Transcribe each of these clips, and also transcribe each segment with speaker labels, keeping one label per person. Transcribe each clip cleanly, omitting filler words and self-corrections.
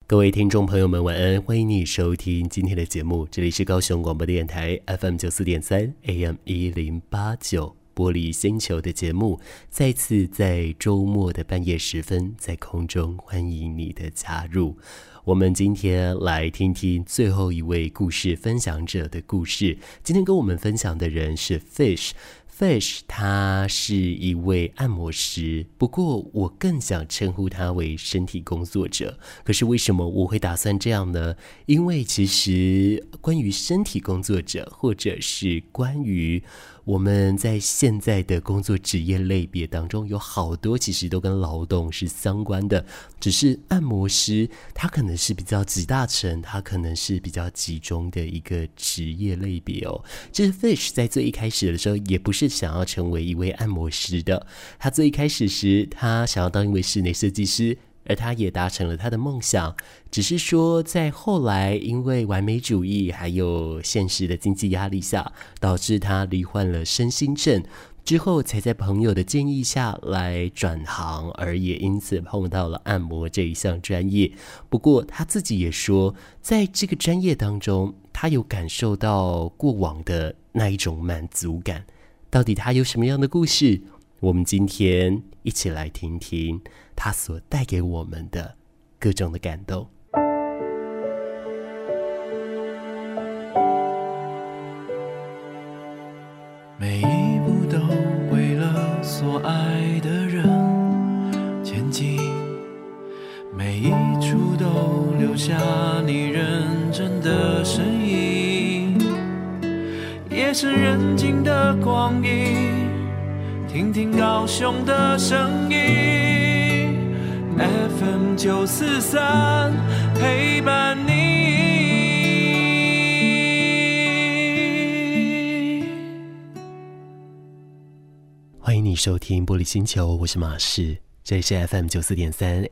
Speaker 1: 各位听众朋友们晚安，欢迎你收听今天的节目，这里是高雄广播电台 FM94.3 AM1089 玻璃星球的节目，再次在周末的半夜时分在空中欢迎你的加入。我们今天来听听最后一位故事分享者的故事。今天跟我们分享的人是 Fish，他是一位按摩师，不过我更想称呼他为身体工作者。可是为什么我会打算这样呢？因为其实关于身体工作者，或者是关于我们在现在的工作职业类别当中，有好多其实都跟劳动是相关的，只是按摩师他可能是比较集大成，他可能是比较集中的一个职业类别哦。这是 Fish 在最一开始的时候也不是想要成为一位按摩师的，他最一开始时他想要当一位室内设计师，而他也达成了他的梦想，只是说在后来因为完美主义还有现实的经济压力下，导致他罹患了身心症，之后才在朋友的建议下来转行，而也因此碰到了按摩这一项专业。不过他自己也说，在这个专业当中，他有感受到过往的那一种满足感。到底他有什么样的故事？我们今天一起来听听他所带给我们的各种的感动。
Speaker 2: 每一步都为了所爱的人前进，每一处都留下你认真的身影，夜深人静的光阴，听听高雄的声音 FM943 陪伴你。
Speaker 1: 欢迎你收听玻璃星球，我是马士，这里是 FM94.3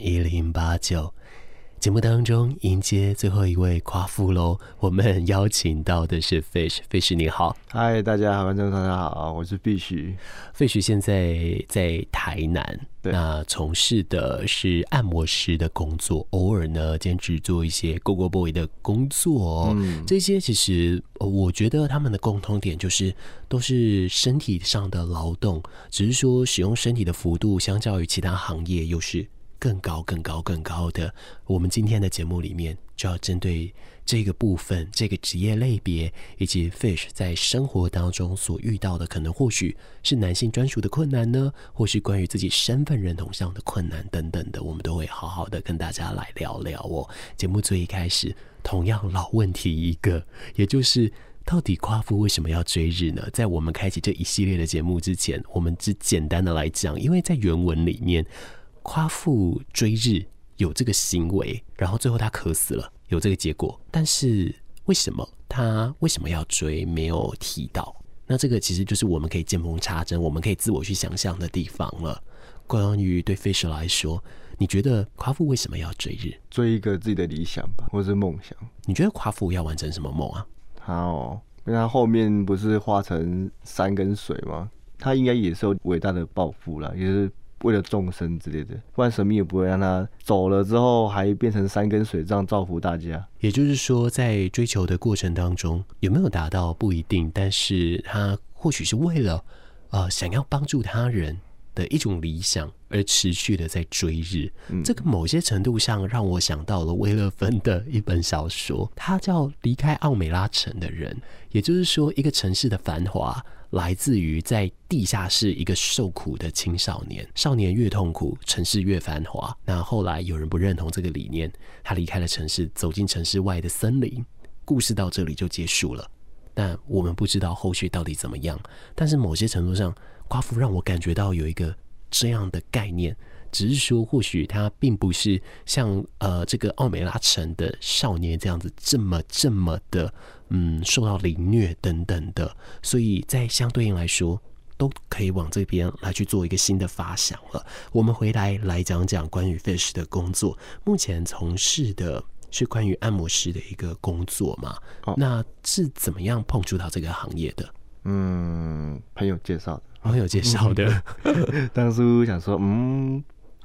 Speaker 1: AM1089。节目当中迎接最后一位夸父咯，我们邀请到的是 Fish 你好。
Speaker 3: 嗨，大家好，观众大家好，我是Fish。
Speaker 1: 现在在台南，那从事的是按摩师的工作，偶尔呢兼职做一些 Go Boy 的工作哦。这些其实我觉得他们的共通点就是都是身体上的劳动，只是说使用身体的幅度相较于其他行业又是更高的。我们今天的节目里面就要针对这个部分，这个职业类别，以及 Fish 在生活当中所遇到的可能或许是男性专属的困难呢，或是关于自己身份认同上的困难等等的，我们都会好好的跟大家来聊聊哦。节目最一开始同样老问题一个，也就是到底夸父为什么要追日呢？在我们开启这一系列的节目之前，我们只简单的来讲，因为在原文里面夸父追日有这个行为，然后最后他渴死了，有这个结果，但是他为什么要追没有提到，那这个其实就是我们可以见缝插针，我们可以自我去想象的地方了。关于对 Fish 来说，你觉得夸父为什么要追日？
Speaker 3: 追一个自己的理想吧，或是梦想。
Speaker 1: 你觉得夸父要完成什么梦啊？
Speaker 3: 因为他后面不是化成山跟水吗？他应该也是有伟大的抱负啦，也是为了众生之类的，不然神明也不会让他走了之后还变成山跟水这样造福大家。
Speaker 1: 也就是说，在追求的过程当中有没有达到不一定，但是他或许是为了想要帮助他人的一种理想而持续的在追日。这个某些程度上让我想到了威勒芬的一本小说，它叫《离开奥美拉城的人》。也就是说，一个城市的繁华来自于在地下室一个受苦的青少年，少年越痛苦，城市越繁华。那后来有人不认同这个理念，他离开了城市，走进城市外的森林。故事到这里就结束了，但我们不知道后续到底怎么样。但是某些程度上，夸父让我感觉到有一个这样的概念，只是说或许他并不是像这个奥美拉城的少年这样子这么的受到凌虐等等的，所以在相对应来说都可以往这边来去做一个新的发想了。我们回来讲讲关于 Fish 的工作，目前从事的是关于按摩师的一个工作嘛？那是怎么样碰触到这个行业的？
Speaker 3: 朋友介绍的。
Speaker 1: 当初想说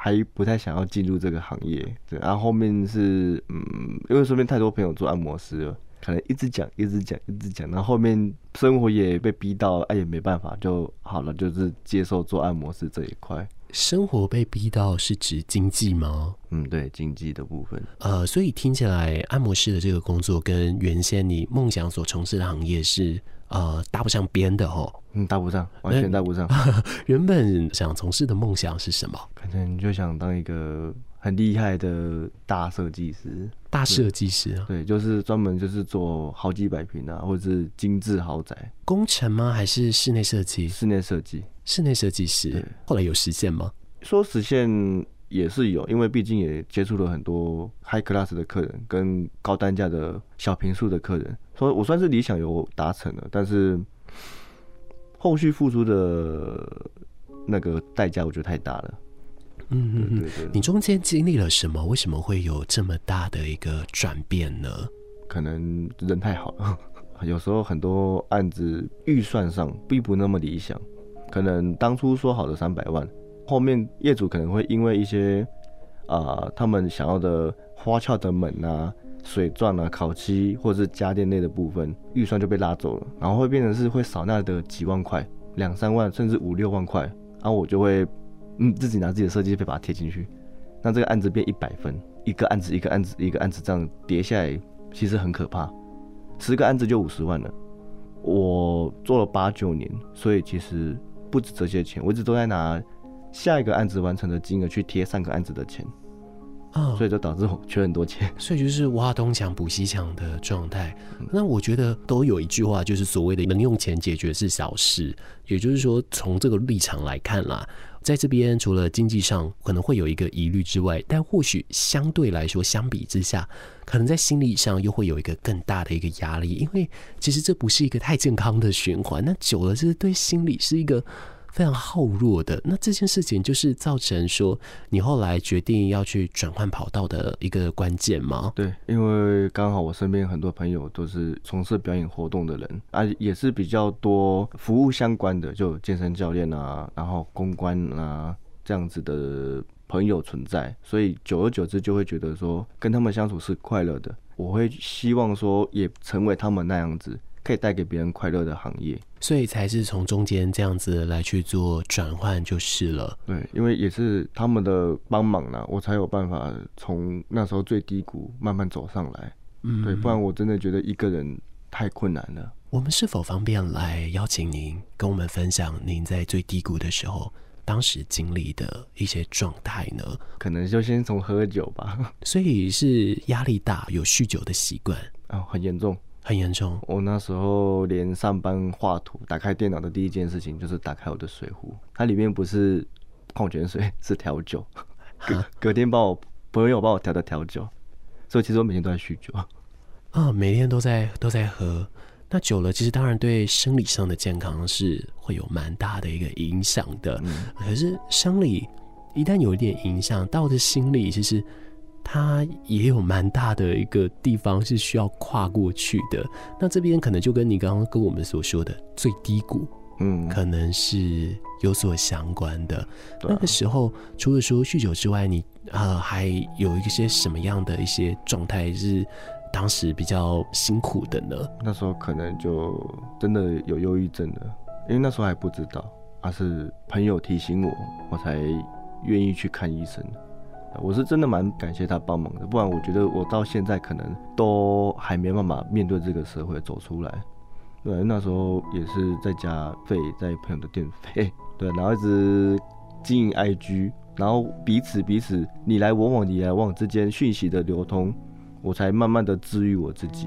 Speaker 3: 还不太想要进入这个行业。对，然后后面是因为身边太多朋友做按摩师了，可能一直讲，然后后面生活也被逼到，也没办法，就好了，就是接受做按摩师这一块。
Speaker 1: 生活被逼到是指经济吗？
Speaker 3: 对，经济的部分。
Speaker 1: 所以听起来按摩师的这个工作跟原先你梦想所从事的行业是搭不上边的哦。
Speaker 3: 搭不上，完全搭不上。
Speaker 1: 原本想从事的梦想是什么？
Speaker 3: 可能就想当一个很厉害的大设计师。
Speaker 1: 大设计师啊？
Speaker 3: 对，就是专门就是做好几百平或者是精致豪宅。
Speaker 1: 工程吗？还是室内设计？
Speaker 3: 室内设计。
Speaker 1: 室内设计师，后来有实现吗？
Speaker 3: 说实现也是有，因为毕竟也接触了很多 high class 的客人跟高单价的小坪数的客人，所以我算是理想有达成了，但是后续付出的那个代价我觉得太大了。对，
Speaker 1: 你中间经历了什么？为什么会有这么大的一个转变呢？
Speaker 3: 可能人太好了，有时候很多案子预算上并不那么理想，可能当初说好的300万，后面业主可能会因为一些他们想要的花俏的门水钻烤漆或者是家电类的部分，预算就被拉走了，然后会变成是会少纳的几万块，2-3万甚至5-6万块，然后我就会自己拿自己的设计费把它贴进去，那这个案子变100分，一个案子这样叠下来，其实很可怕，10个案子就50万了。我做了8-9年，所以其实不止这些钱，我一直都在拿下一个案子完成的金额去贴上个案子的钱，所以就导致我缺很多钱，
Speaker 1: 所以就是挖东墙补西墙的状态。那我觉得都有一句话，就是所谓的能用钱解决是小事，也就是说从这个立场来看啦，在这边除了经济上可能会有一个疑虑之外，但或许相对来说相比之下，可能在心理上又会有一个更大的一个压力，因为其实这不是一个太健康的循环，那久了这对心理是一个非常耗弱的。那这件事情就是造成说你后来决定要去转换跑道的一个关键吗？
Speaker 3: 对，因为刚好我身边很多朋友都是从事表演活动的人也是比较多服务相关的，就健身教练然后公关这样子的朋友存在，所以久而久之就会觉得说跟他们相处是快乐的，我会希望说也成为他们那样子，可以带给别人快乐的行业，
Speaker 1: 所以才是从中间这样子来去做转换就是了。
Speaker 3: 对，因为也是他们的帮忙我才有办法从那时候最低谷慢慢走上来。对，不然我真的觉得一个人太困难了。
Speaker 1: 我们是否方便来邀请您跟我们分享您在最低谷的时候当时经历的一些状态呢？
Speaker 3: 可能就先从喝酒吧。
Speaker 1: 所以是压力大，有酗酒的习惯
Speaker 3: 很严重。
Speaker 1: 很严重。
Speaker 3: 我那时候连上班画图，打开电脑的第一件事情就是打开我的水壶，它里面不是矿泉水，是调酒。隔天朋友帮我调的调酒，所以其实我每天都在酗酒。
Speaker 1: 每天都在喝。那久了，其实当然对生理上的健康是会有蛮大的一个影响的。可是生理一旦有一点影响，到的心理其实它也有蛮大的一个地方是需要跨过去的。那这边可能就跟你刚刚跟我们所说的最低谷，可能是有所相关的。那个时候除了说酗酒之外，你还有一些什么样的一些状态是当时比较辛苦的呢？
Speaker 3: 那时候可能就真的有忧郁症了，因为那时候还不知道，是朋友提醒我才愿意去看医生。我是真的蛮感谢他帮忙的，不然我觉得我到现在可能都还没办法面对这个社会走出来。对，那时候也是在家费，在朋友的电费，对，然后一直经营 IG， 然后彼此你来我往之间讯息的流通，我才慢慢的治愈我自己。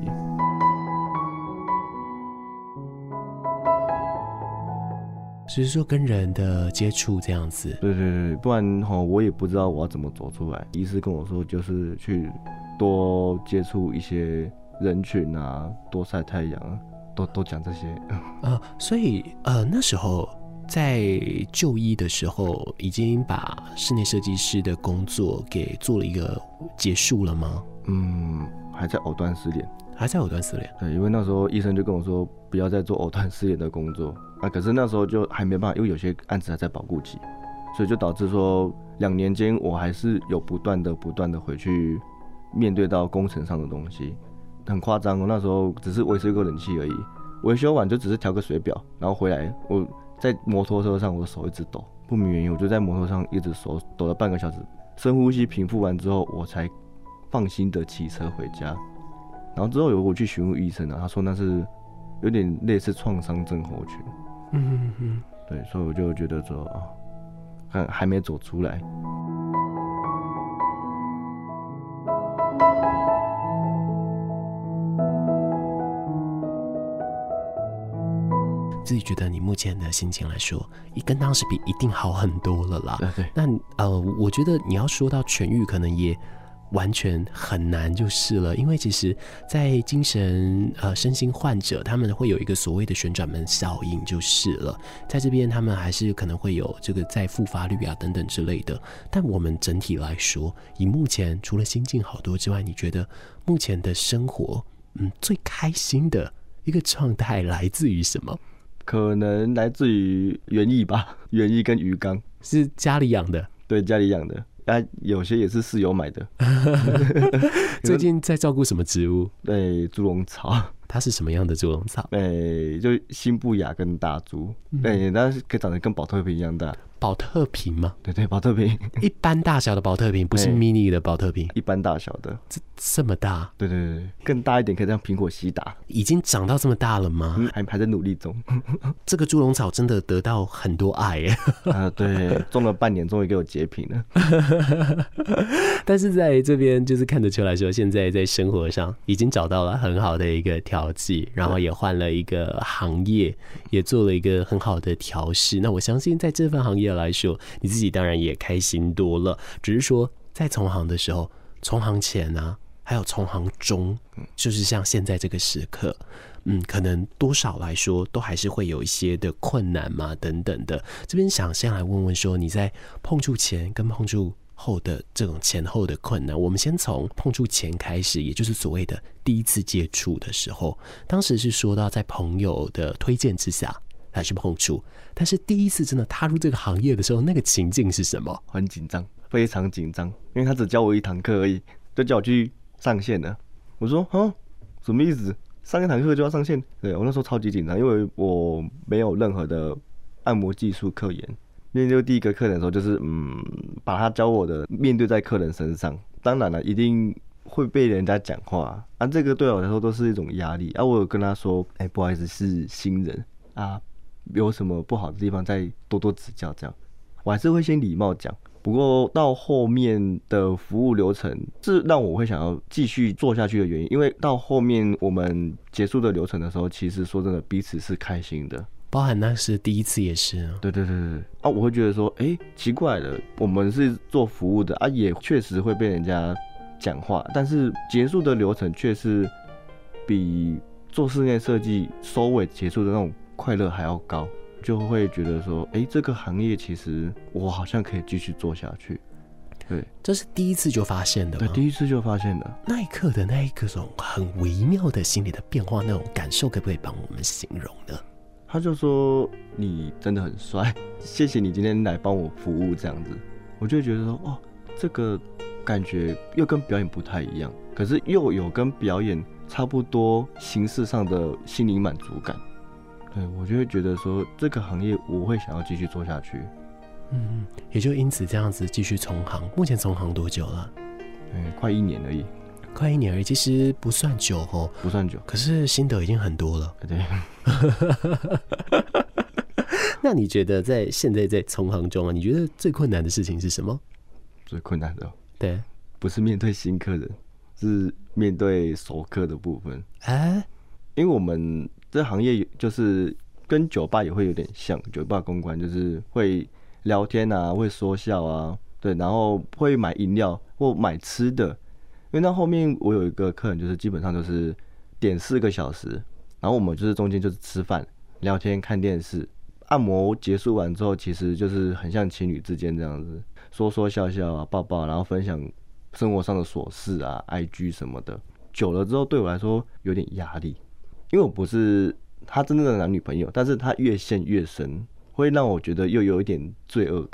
Speaker 1: 只是说跟人的接触这样子。
Speaker 3: 对，不然我也不知道我要怎么走出来。医师跟我说，就是去多接触一些人群多晒太阳，都讲这些。
Speaker 1: 所以那时候在就医的时候，已经把室内设计师的工作给做了一个结束了吗？
Speaker 3: 还在藕断丝连。
Speaker 1: 还在藕断丝连。
Speaker 3: 对，因为那时候医生就跟我说，不要再做藕断丝连的工作。可是那时候就还没办法，因为有些案子还在保固期，所以就导致说 2年间我还是有不断的回去面对到工程上的东西，很夸张哦。那时候只是维修一个冷气而已，维修完就只是调个水表，然后回来我在摩托车上我的手一直抖，不明原因我就在摩托上一直手抖了半个小时，深呼吸平复完之后我才放心的骑车回家。然后之后我去询问医生啊，他说那是有点类似创伤症候群。对，所以我就觉得说还没走出来。
Speaker 1: 自己觉得你目前的心情来说，跟当时比一定好很多了啦。
Speaker 3: 对。
Speaker 1: 那我觉得你要说到痊愈，可能也完全很难就是了，因为其实在精神身心患者，他们会有一个所谓的旋转门效应就是了，在这边他们还是可能会有这个再复发率啊等等之类的。但我们整体来说，以目前除了心境好多之外，你觉得目前的生活最开心的一个状态来自于什么？
Speaker 3: 可能来自于园艺吧，园艺跟鱼缸。
Speaker 1: 是家里养的？
Speaker 3: 对，家里养的。有些也是室友买的。
Speaker 1: 最近在照顾什么植物？
Speaker 3: 对，猪笼草。
Speaker 1: 它是什么样的猪笼草？
Speaker 3: 就新布雅跟大猪。但是可以长得跟宝特瓶一样大。
Speaker 1: 宝特瓶吗？
Speaker 3: 对，宝特瓶。
Speaker 1: 一般大小的宝特瓶，不是 mini 的宝特瓶。
Speaker 3: 一般大小的。
Speaker 1: 这么大？
Speaker 3: 对，更大一点可以让苹果西打。
Speaker 1: 已经长到这么大了吗？
Speaker 3: 还在努力中。
Speaker 1: 这个猪笼草真的得到很多爱耶。
Speaker 3: 对，种了半年，终于给我结平了。
Speaker 1: 但是在这边就是看得出来说，现在在生活上已经找到了很好的一个调剂，然后也换了一个行业，也做了一个很好的调试。那我相信在这份行业来说，你自己当然也开心多了。只是说在从行的时候，从行前啊，还有从行中，就是像现在这个时刻，可能多少来说都还是会有一些的困难嘛，等等的。这边想先来问问说，你在碰触前跟碰触后的这种前后的困难，我们先从碰触前开始，也就是所谓的第一次接触的时候，当时是说到在朋友的推荐之下来去碰触，但是第一次真的踏入这个行业的时候，那个情境是什么？
Speaker 3: 很紧张，非常紧张，因为他只教我1堂课而已，就叫我去上线了。我说什么意思？上1堂课就要上线？对，我那时候超级紧张，因为我没有任何的按摩技术科研。面对第一个客人的时候，就是把他教我的面对在客人身上，当然了，一定会被人家讲话啊，这个对我来说都是一种压力啊。我有跟他说，不好意思，是新人啊，有什么不好的地方再多多指教，这样我还是会先礼貌讲。不过到后面的服务流程是让我会想要继续做下去的原因，因为到后面我们结束的流程的时候，其实说真的彼此是开心的。
Speaker 1: 包含那是第一次也是啊。
Speaker 3: 对啊，我会觉得说，奇怪了，我们是做服务的啊，也确实会被人家讲话，但是结束的流程却是比做室内设计收尾结束的那种快乐还要高，就会觉得说，这个行业其实我好像可以继续做下去。对，
Speaker 1: 这是第一次就发现的吗？
Speaker 3: 对，第一次就发现了。
Speaker 1: 那一刻的那一种很微妙的心理的变化，那种感受，可不可以帮我们形容呢？
Speaker 3: 他就说你真的很帅，谢谢你今天来帮我服务这样子，我就会觉得说，这个感觉又跟表演不太一样，可是又有跟表演差不多形式上的心灵满足感。对，我就会觉得说这个行业我会想要继续做下去。
Speaker 1: 也就因此这样子继续从行。目前从行多久了？
Speaker 3: 快1年而已。
Speaker 1: 快1年而已，其实不算久哦，
Speaker 3: 不算久，
Speaker 1: 可是心得已经很多了。
Speaker 3: 对。
Speaker 1: 那你觉得在现在在从行中啊，你觉得最困难的事情是什么？
Speaker 3: 最困难的，
Speaker 1: 对，
Speaker 3: 不是面对新客人，是面对熟客的部分。因为我们这行业就是跟酒吧也会有点像，酒吧公关就是会聊天啊，会说笑啊，对，然后会买饮料或买吃的。因为到后面我有一个客人，就是基本上就是点4个小时，然后我们就是中间就是吃饭、聊天、看电视。按摩结束完之后，其实就是很像情侣之间这样子，说说笑笑啊，抱抱，然后分享生活上的琐事啊 ，IG 什么的。久了之后，对我来说有点压力，因为我不是他真正的男女朋友，但是他越陷越深，会让我觉得又有一点罪恶感。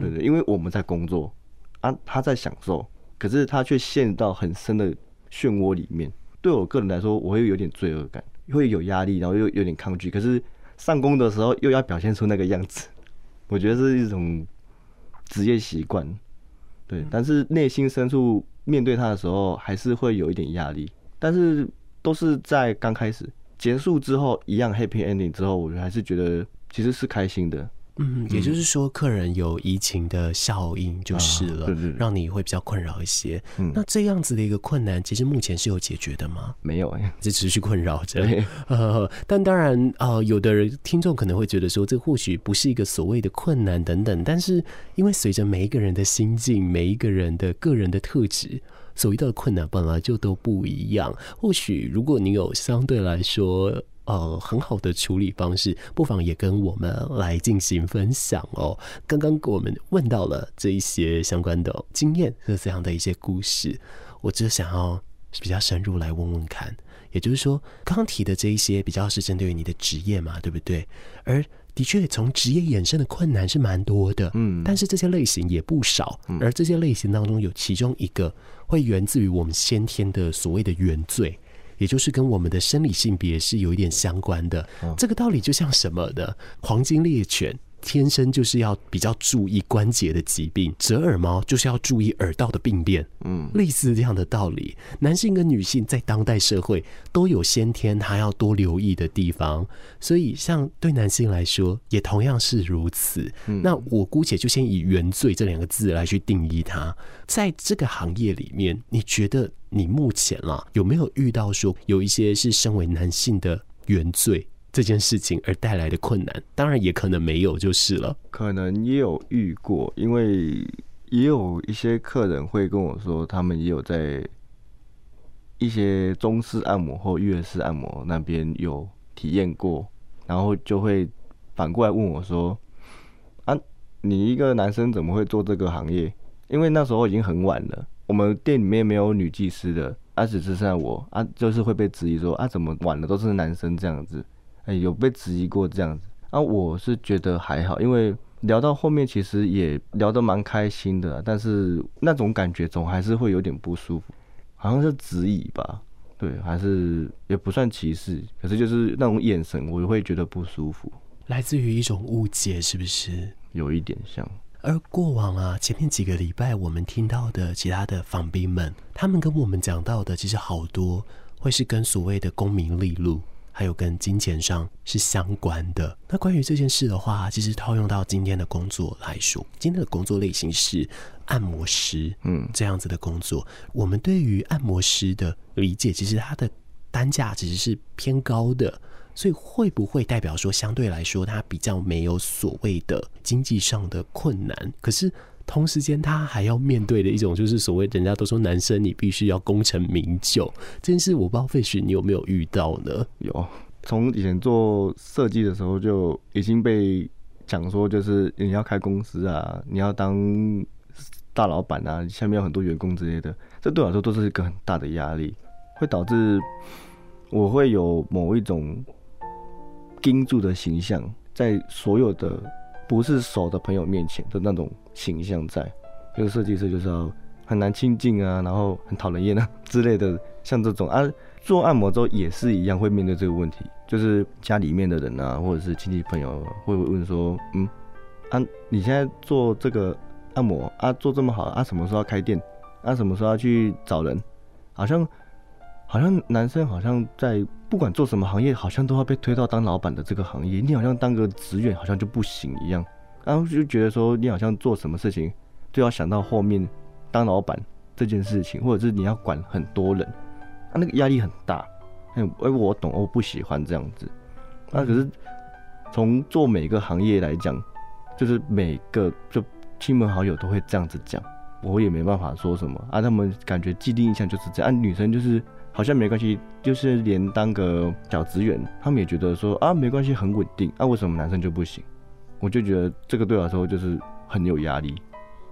Speaker 3: 对对，因为我们在工作啊，他在享受，可是他却陷到很深的漩涡里面。对我个人来说，我会有点罪恶感，会有压力，然后又有点抗拒。可是上工的时候又要表现出那个样子，我觉得是一种职业习惯。对，但是内心深处面对他的时候，还是会有一点压力。但是都是在刚开始，结束之后一样 happy ending 之后，我还是觉得其实是开心的。
Speaker 1: 也就是说客人有移情的效应就是了，
Speaker 3: 对对对，
Speaker 1: 让你会比较困扰一些。那这样子的一个困难其实目前是有解决的吗？
Speaker 3: 没有
Speaker 1: 是持续困扰着。但当然有的人听众可能会觉得说这或许不是一个所谓的困难等等，但是因为随着每一个人的心境，每一个人的个人的特质，所遇到的困难本来就都不一样。或许如果你有相对来说很好的处理方式，不妨也跟我们来进行分享哦。刚刚我们问到了这一些相关的经验和这样的一些故事，我只想要比较深入来问问看。也就是说，刚刚提的这一些比较是针对于你的职业嘛，对不对？而的确从职业衍生的困难是蛮多的，但是这些类型也不少，而这些类型当中有其中一个会源自于我们先天的所谓的原罪，也就是跟我们的生理性别是有一点相关的。这个道理就像什么的，黄金猎犬天生就是要比较注意关节的疾病，折耳猫就是要注意耳道的病变，类似这样的道理。男性跟女性在当代社会都有先天还要多留意的地方，所以像对男性来说也同样是如此。那我姑且就先以原罪这两个字来去定义它。在这个行业里面，你觉得你目前有没有遇到说有一些是身为男性的原罪这件事情而带来的困难？当然也可能没有就是了。
Speaker 3: 可能也有遇过，因为也有一些客人会跟我说，他们也有在一些中式按摩或粤式按摩那边有体验过，然后就会反过来问我说：“啊，你一个男生怎么会做这个行业？”因为那时候已经很晚了，我们店里面没有女技师的，只剩下我就是会被质疑说怎么晚了都是男生这样子。有被质疑过这样子我是觉得还好，因为聊到后面其实也聊得蛮开心的，但是那种感觉总还是会有点不舒服，好像是质疑吧，对，还是也不算歧视，可是就是那种眼神我会觉得不舒服，
Speaker 1: 来自于一种误解，是不是？
Speaker 3: 有一点像。
Speaker 1: 而过往前面几个礼拜我们听到的其他的访宾们，他们跟我们讲到的其实好多会是跟所谓的功名利禄还有跟金钱上是相关的。那关于这件事的话，其实套用到今天的工作来说，今天的工作类型是按摩师，这样子的工作，我们对于按摩师的理解，其实它的单价其实是偏高的，所以会不会代表说相对来说它比较没有所谓的经济上的困难？可是同时间他还要面对的一种就是所谓人家都说男生你必须要功成名就这件事，我不知道费许你有没有遇到呢？
Speaker 3: 有，从以前做设计的时候就已经被讲说，就是你要开公司你要当大老板下面有很多员工之类的，这对我来说都是一个很大的压力，会导致我会有某一种盯住的形象，在所有的不是熟的朋友面前的那种形象在，就是设计师就是要很难亲近然后很讨人厌之类的，像这种做按摩之后也是一样会面对这个问题，就是家里面的人或者是亲戚朋友会问说，你现在做这个按摩做这么好什么时候要开店什么时候要去找人，好像男生好像在不管做什么行业，好像都要被推到当老板的这个行业，你好像当个职员好像就不行一样，然后就觉得说你好像做什么事情就要想到后面当老板这件事情，或者是你要管很多人那个压力很大。我懂，我不喜欢这样子可是从做每个行业来讲，就是每个就亲朋好友都会这样子讲，我也没办法说什么他们感觉既定印象就是这样女生就是好像没关系，就是连当个小职员他们也觉得说没关系，很稳定为什么男生就不行？我就觉得这个对我来说就是很有压力。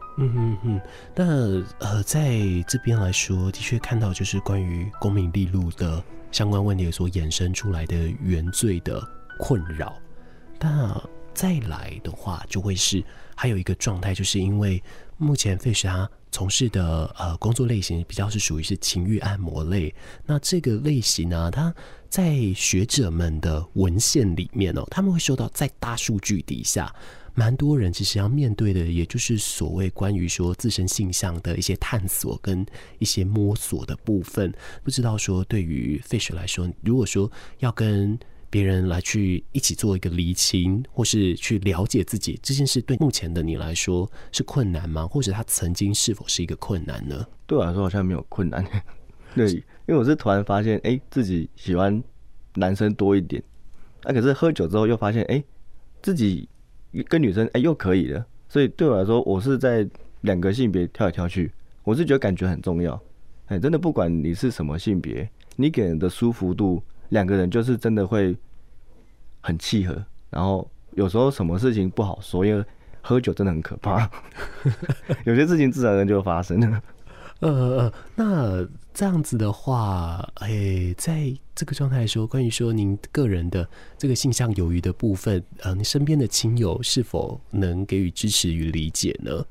Speaker 1: 那在这边来说，的确看到就是关于功名利禄的相关问题所衍生出来的原罪的困扰。那再来的话，就会是还有一个状态，就是因为目前Fish他从事的工作类型比较是属于是情欲按摩类，那这个类型呢，它在学者们的文献里面哦，他们会说到在大数据底下，蛮多人其实要面对的，也就是所谓关于说自身性向的一些探索跟一些摸索的部分。不知道说对于 Fish 来说，如果说要跟别人来去一起做一个厘清，或是去了解自己这件事，对目前的你来说是困难吗？或者他曾经是否是一个困难呢？
Speaker 3: 对我来说好像没有困难。对，因为我是突然发现，自己喜欢男生多一点，可是喝酒之后又发现，自己跟女生又可以了。所以对我来说，我是在两个性别跳来跳去，我是觉得感觉很重要。真的不管你是什么性别，你给人的舒服度，两个人就是真的会很契合。然后有时候什么事情不好说，因为喝酒真的很可怕，有些事情自然而然就发生了。
Speaker 1: 那这样子的话，在这个状态来说，关于说您个人的这个性向有余的部分，你身边的亲友是否能给予支持与理解呢？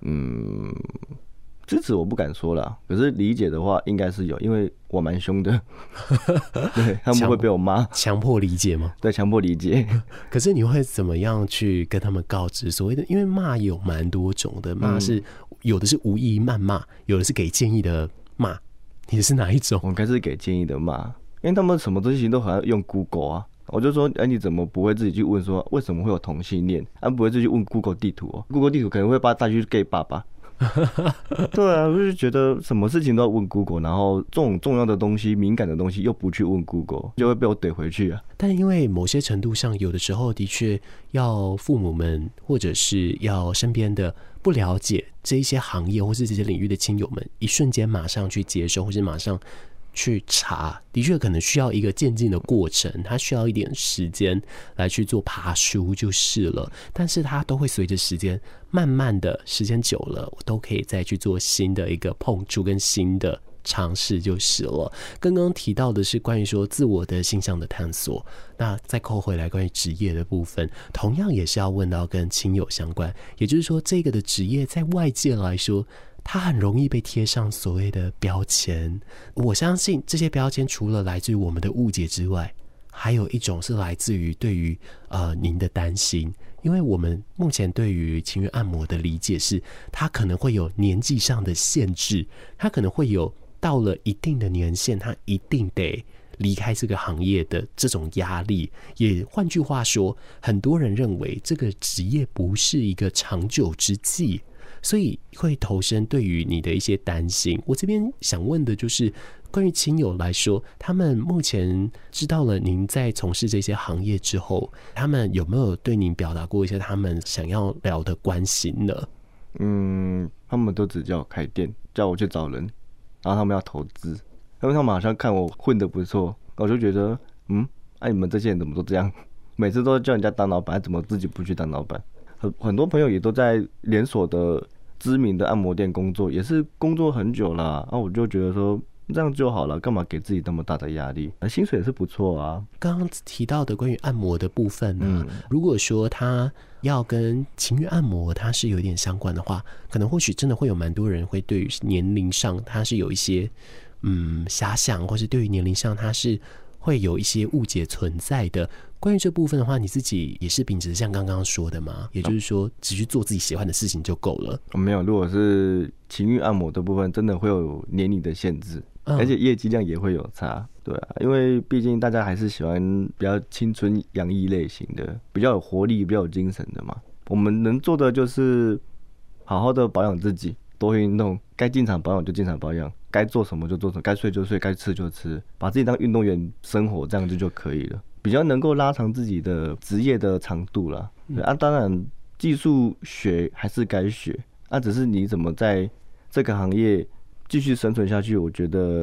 Speaker 3: 支持我不敢说啦，可是理解的话应该是有，因为我蛮凶的，对，他们会被我骂。
Speaker 1: 强迫理解吗？
Speaker 3: 对，强迫理解。
Speaker 1: 可是你会怎么样去跟他们告知？所谓的，因为骂有蛮多种的，骂是有的是无意谩骂，有的是给建议的骂，你是哪一种？
Speaker 3: 我应该是给建议的骂，因为他们什么东西都好像用 Google 啊。我就说，你怎么不会自己去问说为什么会有同性恋？不会自己问 Google 地图哦 ？Google 地图可能会把他带去 gay 爸爸。对啊，我就觉得什么事情都要问 Google， 然后这种重要的东西、敏感的东西又不去问 Google， 就会被我怼回去啊。
Speaker 1: 但因为某些程度上，有的时候的确要父母们或者是要身边的不了解这一些行业或是这些领域的亲友们，一瞬间马上去接受，或是马上去查，的确可能需要一个渐进的过程，它需要一点时间来去做爬梳就是了。但是它都会随着时间，慢慢的时间久了，我都可以再去做新的一个碰触跟新的尝试就是了。刚刚提到的是关于说自我的性向的探索，那再扣回来关于职业的部分，同样也是要问到跟亲友相关，也就是说这个的职业在外界来说，它很容易被贴上所谓的标签。我相信这些标签除了来自于我们的误解之外，还有一种是来自于对于您的担心。因为我们目前对于情欲按摩的理解是，它可能会有年纪上的限制，它可能会有到了一定的年限，它一定得离开这个行业的这种压力。也换句话说，很多人认为这个职业不是一个长久之计，所以会投身对于你的一些担心。我这边想问的就是关于亲友来说，他们目前知道了您在从事这些行业之后，他们有没有对您表达过一些他们想要聊的关心呢？
Speaker 3: 他们都只叫我开店，叫我去找人，然后他们要投资，因为他们好像看我混得不错，我就觉得你们这些人怎么都这样，每次都叫人家当老板，怎么自己不去当老板？很多朋友也都在连锁的知名的按摩店工作，也是工作很久了，我就觉得说这样就好了，干嘛给自己那么大的压力？薪水也是不错啊。
Speaker 1: 刚刚提到的关于按摩的部分呢，如果说他要跟情欲按摩它是有点相关的话，可能或许真的会有蛮多人会对于年龄上他是有一些遐想，或是对于年龄上他是会有一些误解存在的。关于这部分的话，你自己也是秉持像刚刚说的吗？也就是说只去做自己喜欢的事情就够了？
Speaker 3: 没有，如果是情欲按摩的部分，真的会有年龄的限制，而且业绩量也会有差。对啊，因为毕竟大家还是喜欢比较青春洋溢类型的，比较有活力、比较有精神的嘛。我们能做的就是好好的保养自己，多运动，该进场保养就进场保养，该做什么就做什么，该睡就睡，该吃就吃，把自己当运动员生活，这样就可以了，比较能够拉长自己的职业的长度啦。当然技术学还是该学，只是你怎么在这个行业继续生存下去，我觉得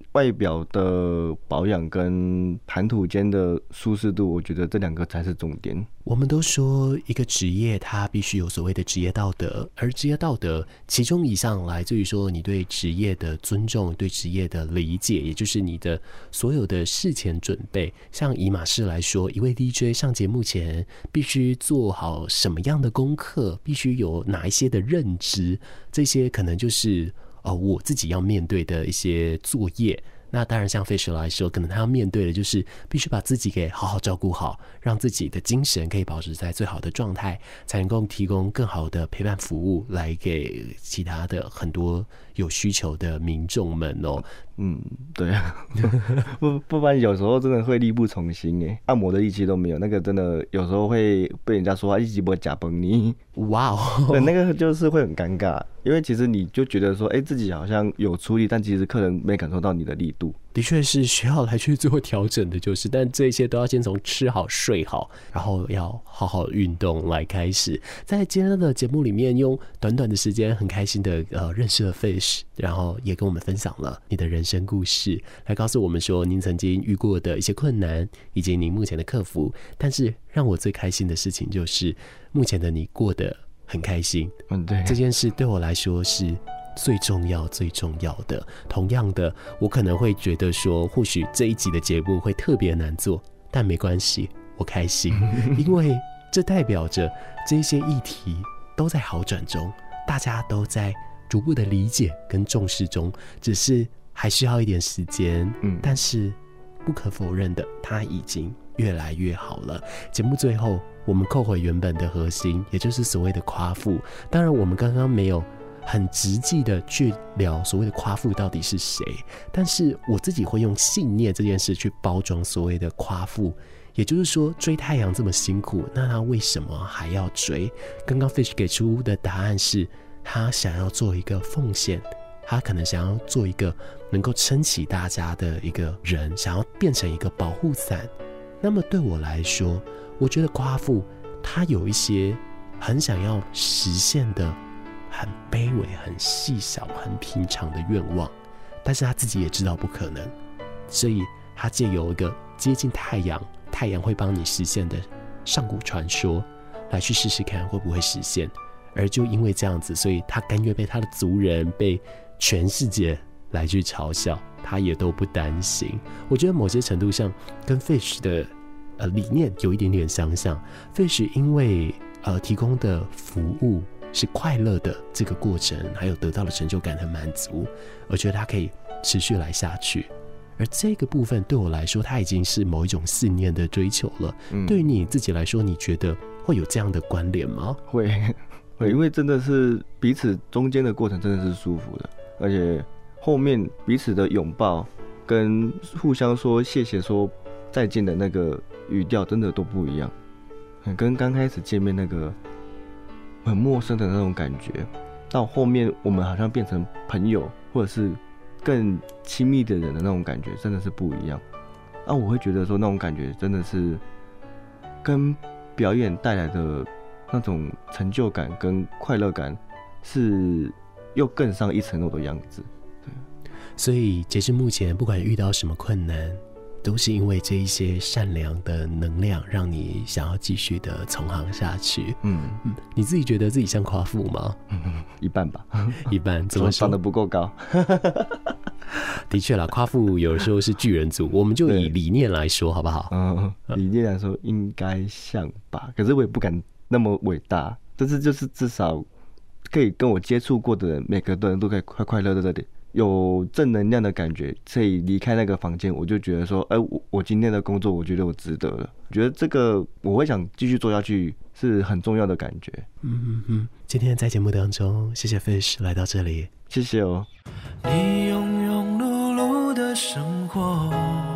Speaker 3: 外表的保养跟谈吐间的舒适度，我觉得这2个才是重点。
Speaker 1: 我们都说一个职业它必须有所谓的职业道德，而职业道德其中一项来自于说你对职业的尊重，对职业的理解，也就是你的所有的事前准备。像以马氏来说，一位 DJ 上节目前必须做好什么样的功课，必须有哪一些的认知，这些可能就是我自己要面对的一些作业。那当然像 Fish 来说，可能他要面对的就是必须把自己给好好照顾好，让自己的精神可以保持在最好的状态，才能够提供更好的陪伴服务来给其他的很多有需求的民众们哦。
Speaker 3: 对啊，不然有时候真的会力不从心耶，按摩的力气都没有，那个真的有时候会被人家说一直不会假崩你。
Speaker 1: 哇哦，
Speaker 3: 对，那个就是会很尴尬，因为其实你就觉得说，自己好像有出力，但其实客人没感受到你的力度。
Speaker 1: 的确是需要来去做调整的，但这些都要先从吃好睡好，然后要好好运动来开始。在今天的节目里面，用短短的时间很开心的认识了 Fish， 然后也跟我们分享了你的人生故事，来告诉我们说您曾经遇过的一些困难，以及您目前的克服。但是让我最开心的事情就是目前的你过得很开心。
Speaker 3: 对，
Speaker 1: 这件事对我来说是最重要的。同样的，我可能会觉得说或许这一集的节目会特别难做，但没关系，我开心因为这代表着这些议题都在好转中，大家都在逐步的理解跟重视中，只是还需要一点时间。但是不可否认的，它已经越来越好了。节目最后我们扣回原本的核心，也就是所谓的夸父。当然我们刚刚没有很直接的去聊所谓的夸父到底是谁，但是我自己会用信念这件事去包装所谓的夸父。也就是说，追太阳这么辛苦，那他为什么还要追？刚刚 Fish 给出的答案是，他想要做一个奉献，他可能想要做一个能够撑起大家的一个人，想要变成一个保护伞。那么对我来说，我觉得夸父他有一些很想要实现的很卑微、很细小、很平常的愿望，但是他自己也知道不可能，所以他借由一个接近太阳，太阳会帮你实现的上古传说来去试试看会不会实现。而就因为这样子，所以他甘愿被他的族人、被全世界来去嘲笑，他也都不担心。我觉得某些程度上跟 Fish 的理念有一点点相像。Fish 因为提供的服务是快乐的这个过程，还有得到的成就感和满足，我觉得它可以持续来下去。而这个部分对我来说，它已经是某一种信念的追求了。对于你自己来说，你觉得会有这样的关联吗？
Speaker 3: 会，因为真的是彼此中间的过程真的是舒服的，而且后面彼此的拥抱跟互相说谢谢、说再见的那个语调真的都不一样，跟刚开始见面那个很陌生的那种感觉，到后面我们好像变成朋友或者是更亲密的人的那种感觉，真的是不一样。我会觉得说那种感觉真的是跟表演带来的那种成就感跟快乐感是又更上一层楼的样子。对，
Speaker 1: 所以截至目前，不管遇到什么困难，都是因为这一些善良的能量让你想要继续的从行下去。你自己觉得自己像夸父吗？
Speaker 3: 一半吧。
Speaker 1: 一半。怎么说？
Speaker 3: 长得不够高。
Speaker 1: 的确啦，夸父有时候是巨人族，我们就以理念来说好不好？
Speaker 3: 理念来说应该像吧，可是我也不敢那么伟大，但是就是至少可以跟我接触过的人，每个人都可以快快乐乐的，有正能量的感觉，所以离开那个房间，我就觉得说，我今天的工作，我觉得我值得了。我觉得这个我会想继续做下去，是很重要的感觉。
Speaker 1: 今天在节目当中，谢谢 Fish 来到这里，
Speaker 3: 谢谢哦。
Speaker 2: 你庸庸碌碌的生活，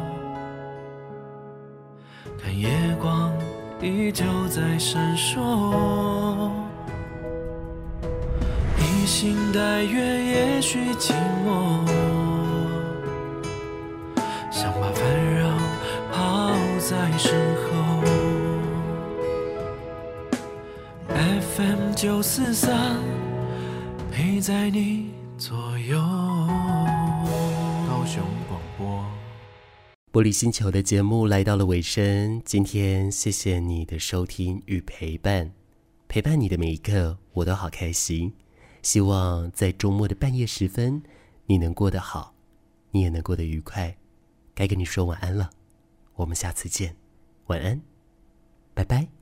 Speaker 2: 看夜光依旧在闪烁，披星戴月也许寂寞，想把烦扰抛在身后。FM 943陪在你左右，高雄广播我。
Speaker 1: 玻璃星球的节目来到了尾声，今天谢谢你的收听与陪伴，陪伴你的每一刻我都好开心。希望在周末的半夜时分，你能过得好，你也能过得愉快。该跟你说晚安了，我们下次见，晚安，拜拜。